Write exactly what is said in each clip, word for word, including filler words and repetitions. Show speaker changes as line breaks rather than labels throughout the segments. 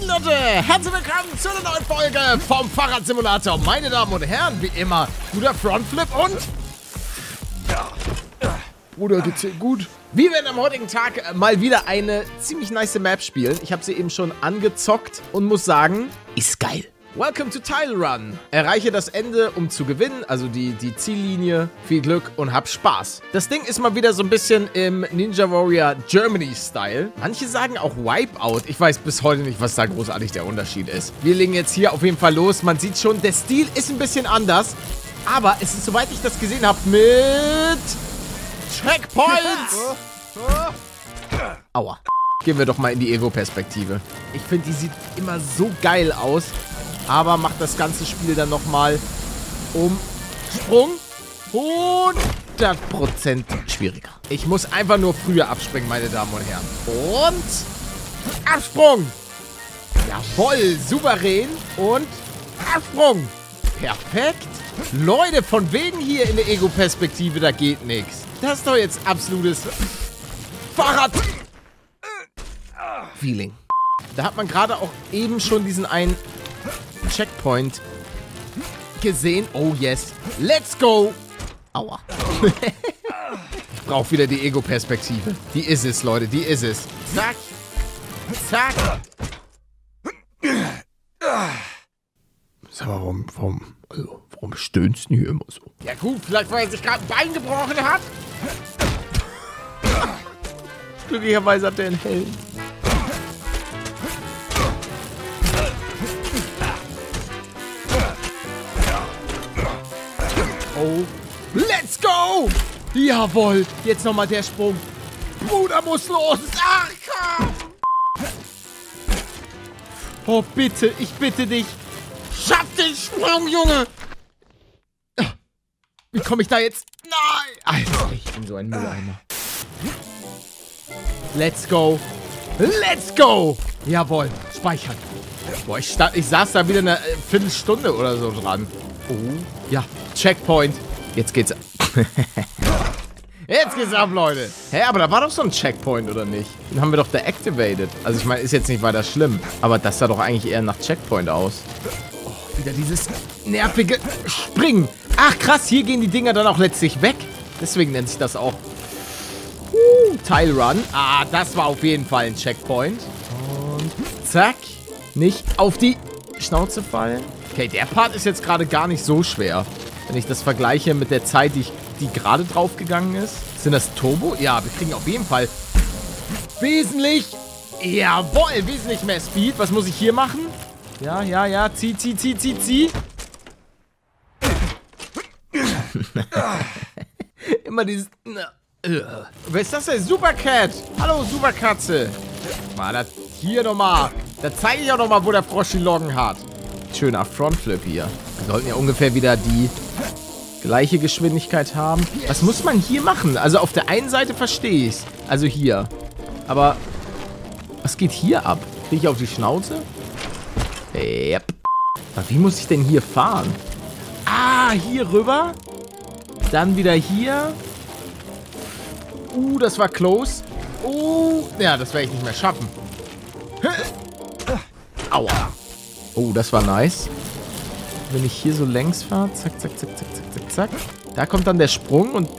Leute, herzlich willkommen zu einer neuen Folge vom Fahrradsimulator. Meine Damen und Herren, wie immer, guter Frontflip und... Bruder, geht's dir gut? Wir werden am heutigen Tag mal wieder eine ziemlich nice Map spielen. Ich habe sie eben schon angezockt und muss sagen, ist geil. Welcome to Tile Run. Erreiche das Ende, um zu gewinnen, also die, die Ziellinie. Viel Glück und hab Spaß. Das Ding ist mal wieder so ein bisschen im Ninja Warrior Germany-Style. Manche sagen auch Wipeout. Ich weiß bis heute nicht, was da großartig der Unterschied ist. Wir legen jetzt hier auf jeden Fall los. Man sieht schon, der Stil ist ein bisschen anders. Aber es ist, soweit ich das gesehen habe, mit Checkpoints. Aua. Gehen wir doch mal in die Ego-Perspektive. Ich finde, die sieht immer so geil aus. Aber macht das ganze Spiel dann nochmal um Sprung hundert Prozent schwieriger. Ich muss einfach nur früher abspringen, meine Damen und Herren. Und Absprung. Jawohl, souverän. Und Absprung. Perfekt. Leute, von wegen hier in der Ego-Perspektive, da geht nichts. Das ist doch jetzt absolutes Fahrrad-Feeling. Da hat man gerade auch eben schon diesen einen Checkpoint gesehen. Oh yes. Let's go. Aua. Ich brauche wieder die Ego-Perspektive. Die ist es, Leute. Die ist es. Zack. Zack. Sag mal, warum, warum, also, warum stöhnst du hier immer so? Ja gut, vielleicht weil er sich gerade ein Bein gebrochen hat. Glücklicherweise hat er einen Helm. Oh, let's go! Jawohl, jetzt nochmal der Sprung. Bruder muss los. Ach, komm! Oh, bitte, ich bitte dich. Schaff den Sprung, Junge! Wie komme ich da jetzt? Nein! Alter, ich bin so ein Mülleimer. Let's go. Let's go! Jawohl, speichern. Boah, ich, stand, ich saß da wieder eine Viertelstunde oder so dran. Oh, ja. Checkpoint. Jetzt geht's ab. Jetzt geht's ab, Leute. Hä, aber da war doch so ein Checkpoint, oder nicht? Den haben wir doch deactivated. Also ich meine, ist jetzt nicht weiter schlimm. Aber das sah doch eigentlich eher nach Checkpoint aus. Oh, wieder dieses nervige Springen. Ach, krass, hier gehen die Dinger dann auch letztlich weg. Deswegen nennt sich das auch uh, Tile Run. Ah, das war auf jeden Fall ein Checkpoint. Und zack. Nicht auf die Schnauze fallen. Okay, der Part ist jetzt gerade gar nicht so schwer. Wenn ich das vergleiche mit der Zeit, die, ich, die gerade draufgegangen ist. Sind das Turbo? Ja, wir kriegen auf jeden Fall wesentlich, jawohl, wesentlich mehr Speed. Was muss ich hier machen? Ja, ja, ja, zieh, zieh, zieh, zieh, zieh. Immer dieses... Wer ist das denn? Supercat. Hallo, Superkatze. Mal, das hier nochmal. Da zeige ich auch nochmal, wo der Frosch die Locken hat. Schöner Frontflip hier. Wir sollten ja ungefähr wieder die gleiche Geschwindigkeit haben. Was muss man hier machen? Also auf der einen Seite verstehe ich es. Also hier. Aber was geht hier ab? Kriege ich auf die Schnauze? Yep. Aber wie muss ich denn hier fahren? Ah, hier rüber. Dann wieder hier. Uh, das war close. Uh, ja, das werde ich nicht mehr schaffen. Aua. Oh, das war nice. Wenn ich hier so längs fahre, zack, zack, zack, zack, zack, zack, zack. Da kommt dann der Sprung und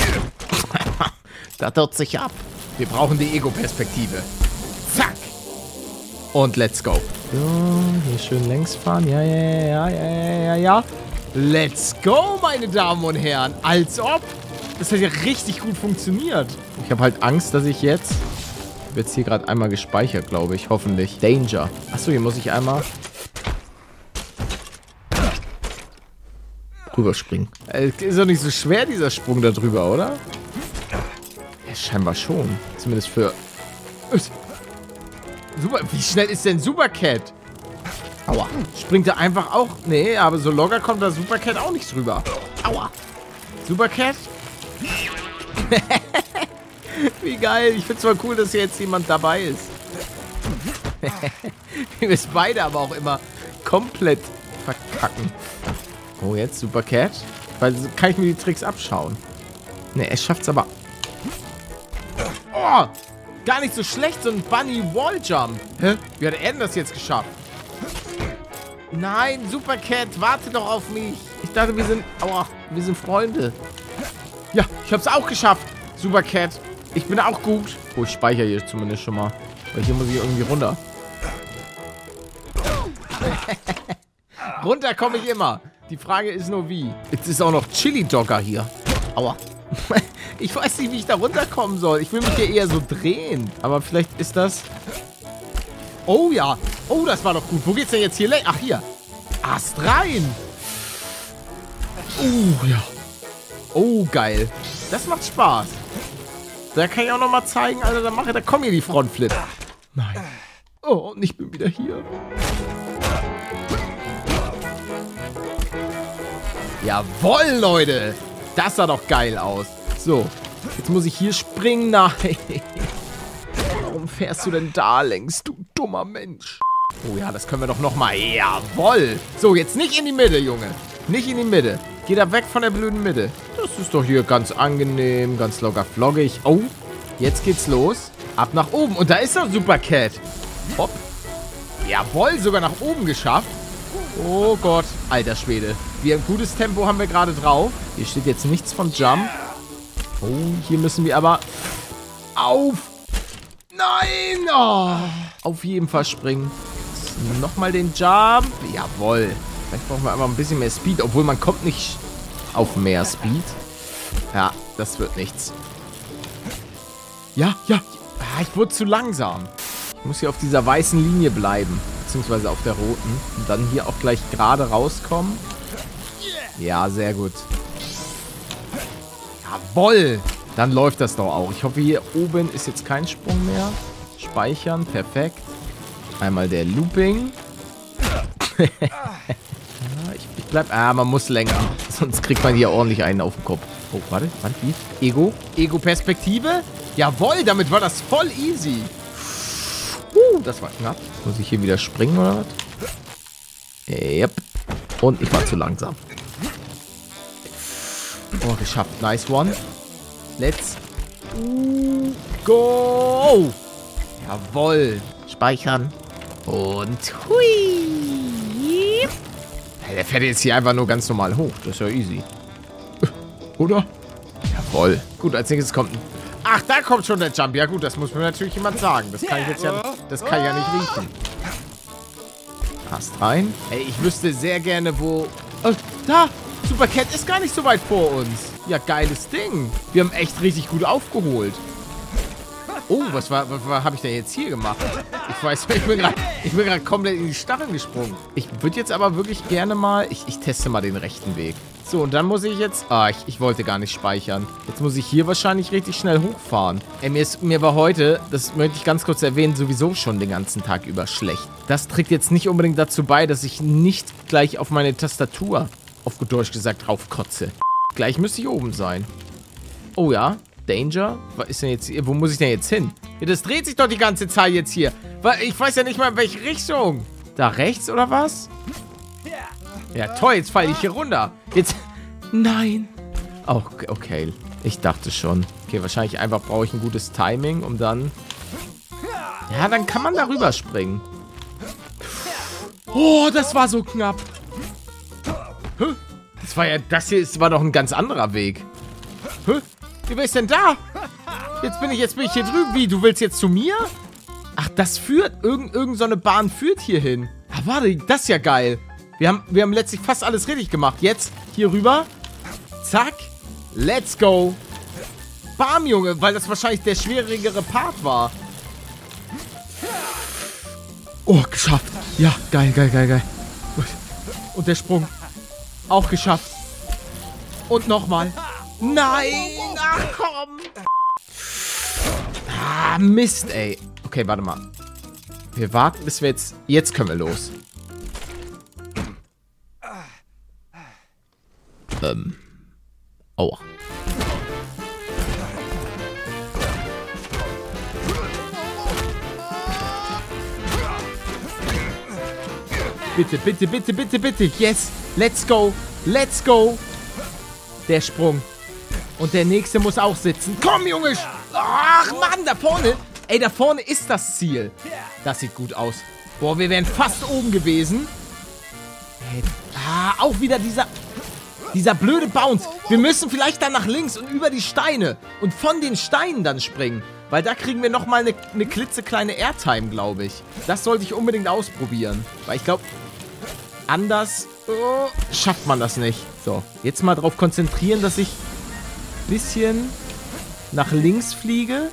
da tut sich ab. Wir brauchen die Ego-Perspektive. Zack. Und let's go. So, hier schön längs fahren. Ja, ja, ja, ja, ja, ja, ja. Let's go, meine Damen und Herren. Als ob. Das hat ja richtig gut funktioniert. Ich habe halt Angst, dass ich jetzt... Ich habe jetzt hier gerade einmal gespeichert, glaube ich. Hoffentlich. Danger. Achso, hier muss ich einmal... rüberspringen. Ist doch nicht so schwer, dieser Sprung da drüber, oder? Ja, scheinbar schon. Zumindest für... Super. Wie schnell ist denn Supercat? Aua. Springt er einfach auch... Nee, aber so locker kommt da Supercat auch nicht drüber. Aua. Supercat? Wie geil. Ich finde es zwar cool, dass hier jetzt jemand dabei ist. Wir müssen beide aber auch immer komplett verkacken. Oh, jetzt Supercat. Weil so kann ich mir die Tricks abschauen. Ne, er schafft's aber. Oh! gar nicht so schlecht, so ein Bunny Walljump. Hä? Wie hat er denn das jetzt geschafft? Nein, Super Cat, warte doch auf mich. Ich dachte, wir sind, aua, wir sind Freunde. Ja, ich hab's auch geschafft. Super Cat, ich bin auch gut. Oh, ich speichere hier zumindest schon mal. Weil hier muss ich irgendwie runter. Runter komme ich immer. Die Frage ist nur wie. Jetzt ist auch noch Chili Dogger hier. Aua. Ich weiß nicht, wie ich da runterkommen soll. Ich will mich hier eher so drehen. Aber vielleicht ist das... Oh ja. Oh, das war doch gut. Wo geht's denn jetzt hier lang? Ach, hier. Ast rein. Oh, ja. Oh, geil. Das macht Spaß. Da kann ich auch noch mal zeigen, Alter, da mache ich, da kommen hier die Frontflip. Nein. Oh, und ich bin wieder hier. Jawohl, Leute. Das sah doch geil aus. So, jetzt muss ich hier springen. Nein. Warum fährst du denn da längs, du dummer Mensch? Oh ja, das können wir doch noch mal. Jawohl. So, jetzt nicht in die Mitte, Junge. Nicht in die Mitte. Geh da weg von der blöden Mitte. Das ist doch hier ganz angenehm, ganz locker floggig. Oh, jetzt geht's los. Ab nach oben. Und da ist doch Super Cat. Hopp. Jawohl, sogar nach oben geschafft. Oh Gott. Alter Schwede. Wie ein gutes Tempo haben wir gerade drauf. Hier steht jetzt nichts von Jump. Oh, hier müssen wir aber auf. Nein. Oh. Auf jeden Fall springen. Nochmal den Jump. Jawohl. Vielleicht brauchen wir aber ein bisschen mehr Speed. Obwohl, man kommt nicht auf mehr Speed. Ja, das wird nichts. Ja, ja. Ah, ich wurde zu langsam. Ich muss hier auf dieser weißen Linie bleiben. Beziehungsweise auf der roten. Und dann hier auch gleich gerade rauskommen. Ja, sehr gut. Jawohl. Dann läuft das doch auch. Ich hoffe, hier oben ist jetzt kein Sprung mehr. Speichern, perfekt. Einmal der Looping. ja, ich, ich bleib... Ah, man muss länger. Sonst kriegt man hier ordentlich einen auf den Kopf. Oh, warte, warte, wie? Ego? Ego-Perspektive? Jawohl, damit war das voll easy. Uh, das war knapp. Muss ich hier wieder springen, oder was? Yep. Und ich war zu langsam. Oh, geschafft. Nice one. Let's go. Jawohl. Speichern. Und hui. Der fährt jetzt hier einfach nur ganz normal hoch. Das ist ja easy. Oder? Jawohl. Gut, als nächstes kommt ein... Ach, da kommt schon der Jump. Ja gut, das muss mir natürlich jemand sagen. Das kann ich jetzt ja, das kann ich ja nicht riechen. Passt rein. Ey, ich wüsste sehr gerne, wo... Oh, da! Super Cat ist gar nicht so weit vor uns. Ja, geiles Ding. Wir haben echt richtig gut aufgeholt. Oh, was war, was, was habe ich denn jetzt hier gemacht? Ich weiß, ich bin gerade komplett in die Stacheln gesprungen. Ich würde jetzt aber wirklich gerne mal... Ich, ich teste mal den rechten Weg. So, und dann muss ich jetzt... Ah, ich, ich wollte gar nicht speichern. Jetzt muss ich hier wahrscheinlich richtig schnell hochfahren. Ey, mir, ist, mir war heute, das möchte ich ganz kurz erwähnen, sowieso schon den ganzen Tag über schlecht. Das trägt jetzt nicht unbedingt dazu bei, dass ich nicht gleich auf meine Tastatur, auf gut Deutsch gesagt, draufkotze. Gleich müsste ich oben sein. Oh ja, Danger. Was ist denn jetzt hier? Wo muss ich denn jetzt hin? Ja, das dreht sich doch die ganze Zeit jetzt hier. Ich weiß ja nicht mal, in welche Richtung. Da rechts oder was? Ja, toll, jetzt falle ich hier runter. Jetzt... Nein. Oh, okay. Ich dachte schon. Okay, wahrscheinlich einfach brauche ich ein gutes Timing, um dann... Ja, dann kann man darüber springen. Oh, das war so knapp. Hä? Das war ja... Das hier ist, war doch ein ganz anderer Weg. Hä? Wie bist denn da? Jetzt bin ich, jetzt bin ich hier drüben. Wie, du willst jetzt zu mir? Ach, das führt... Irgend, irgend so eine Bahn führt hier hin. Ah, warte, das ist ja geil. Wir haben, wir haben letztlich fast alles richtig gemacht. Jetzt hier rüber. Zack. Let's go. Bam, Junge, weil das wahrscheinlich der schwierigere Part war. Oh, geschafft. Ja, geil, geil, geil, geil. Und der Sprung. Auch geschafft. Und nochmal. Nein. Ach, komm. Ah, Mist, ey. Okay, warte mal. Wir warten, bis wir jetzt... Jetzt können wir los. Ähm. Aua. Bitte, bitte, bitte, bitte, bitte. Yes. Let's go. Let's go. Der Sprung. Und der nächste muss auch sitzen. Komm, Junge. Ach, Mann, da vorne. Ey, da vorne ist das Ziel. Das sieht gut aus. Boah, wir wären fast oben gewesen. Ey, ah, auch wieder dieser... Dieser blöde Bounce. Wir müssen vielleicht dann nach links und über die Steine. Und von den Steinen dann springen. Weil da kriegen wir nochmal eine, eine klitzekleine Airtime, glaube ich. Das sollte ich unbedingt ausprobieren. Weil ich glaube, anders oh, schafft man das nicht. So, jetzt mal drauf konzentrieren, dass ich ein bisschen nach links fliege.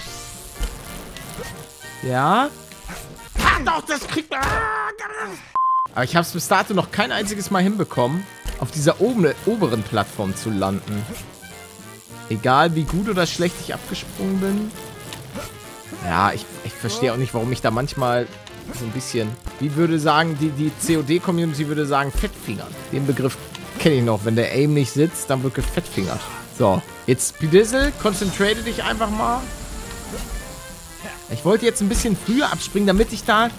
Ja. Ah, doch, das kriegt man. Aber ich habe es bis dato noch kein einziges Mal hinbekommen, auf dieser oben, oberen Plattform zu landen. Egal, wie gut oder schlecht ich abgesprungen bin. Ja, ich, ich verstehe auch nicht, warum ich da manchmal so ein bisschen... Wie würde sagen, die, die C O D-Community würde sagen, Fettfingern. Den Begriff kenne ich noch. Wenn der Aim nicht sitzt, dann wird gefettfingert. So, jetzt Speedizzle, concentrate dich einfach mal. Ich wollte jetzt ein bisschen früher abspringen, damit ich da...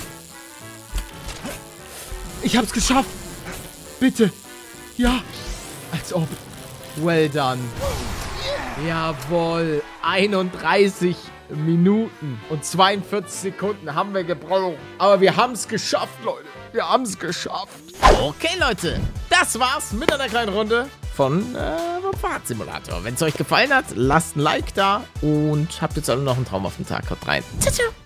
Ich hab's geschafft. Bitte. Ja. Als ob. Well done. Jawohl. einunddreißig Minuten und zweiundvierzig Sekunden haben wir gebraucht. Aber wir haben es geschafft, Leute. Wir haben es geschafft. Okay, Leute. Das war's mit einer kleinen Runde von äh, vom Fahrradsimulator. Wenn es euch gefallen hat, lasst ein Like da und habt jetzt alle noch einen traumhaften Tag. Haut rein. Ciao, ciao.